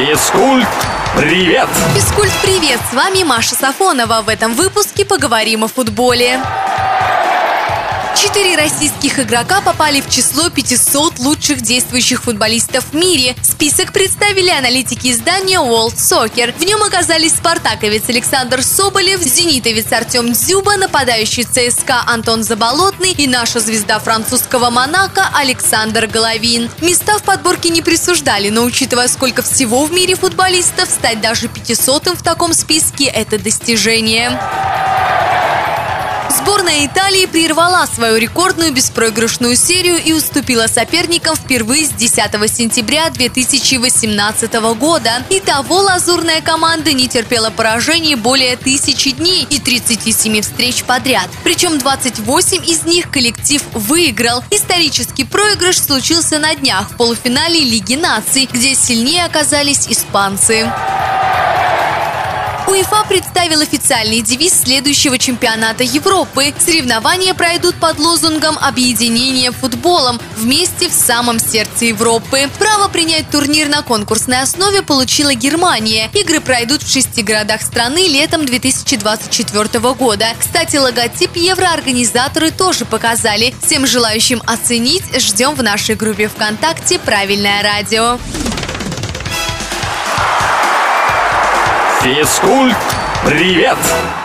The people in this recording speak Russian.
Физкульт, привет! Физкульт, привет! С вами Маша Сафонова. В этом выпуске поговорим о футболе. 4 российских игрока попали в число 500 лучших действующих футболистов в мире. Список представили аналитики издания World Soccer. В нем оказались спартаковец Александр Соболев, зенитовец Артем Дзюба, нападающий ЦСКА Антон Заболотный и наша звезда французского Монако Александр Головин. Места в подборке не присуждали, но учитывая, сколько всего в мире футболистов, стать даже 500-м в таком списке – это достижение. Сборная Италии прервала свою рекордную беспроигрышную серию и уступила соперникам впервые с 10 сентября 2018 года. Итого лазурная команда не терпела поражений более 1000 дней и 37 встреч подряд. Причем 28 из них коллектив выиграл. Исторический проигрыш случился на днях в полуфинале Лиги наций, где сильнее оказались испанцы. УЕФА представил официальный девиз следующего чемпионата Европы. Соревнования пройдут под лозунгом «Объединение футболом» вместе в самом сердце Европы. Право принять турнир на конкурсной основе получила Германия. Игры пройдут в 6 городах страны летом 2024 года. Кстати, логотип евроорганизаторы тоже показали. Всем желающим оценить ждем в нашей группе ВКонтакте «Правильное радио». Физкульт, привет!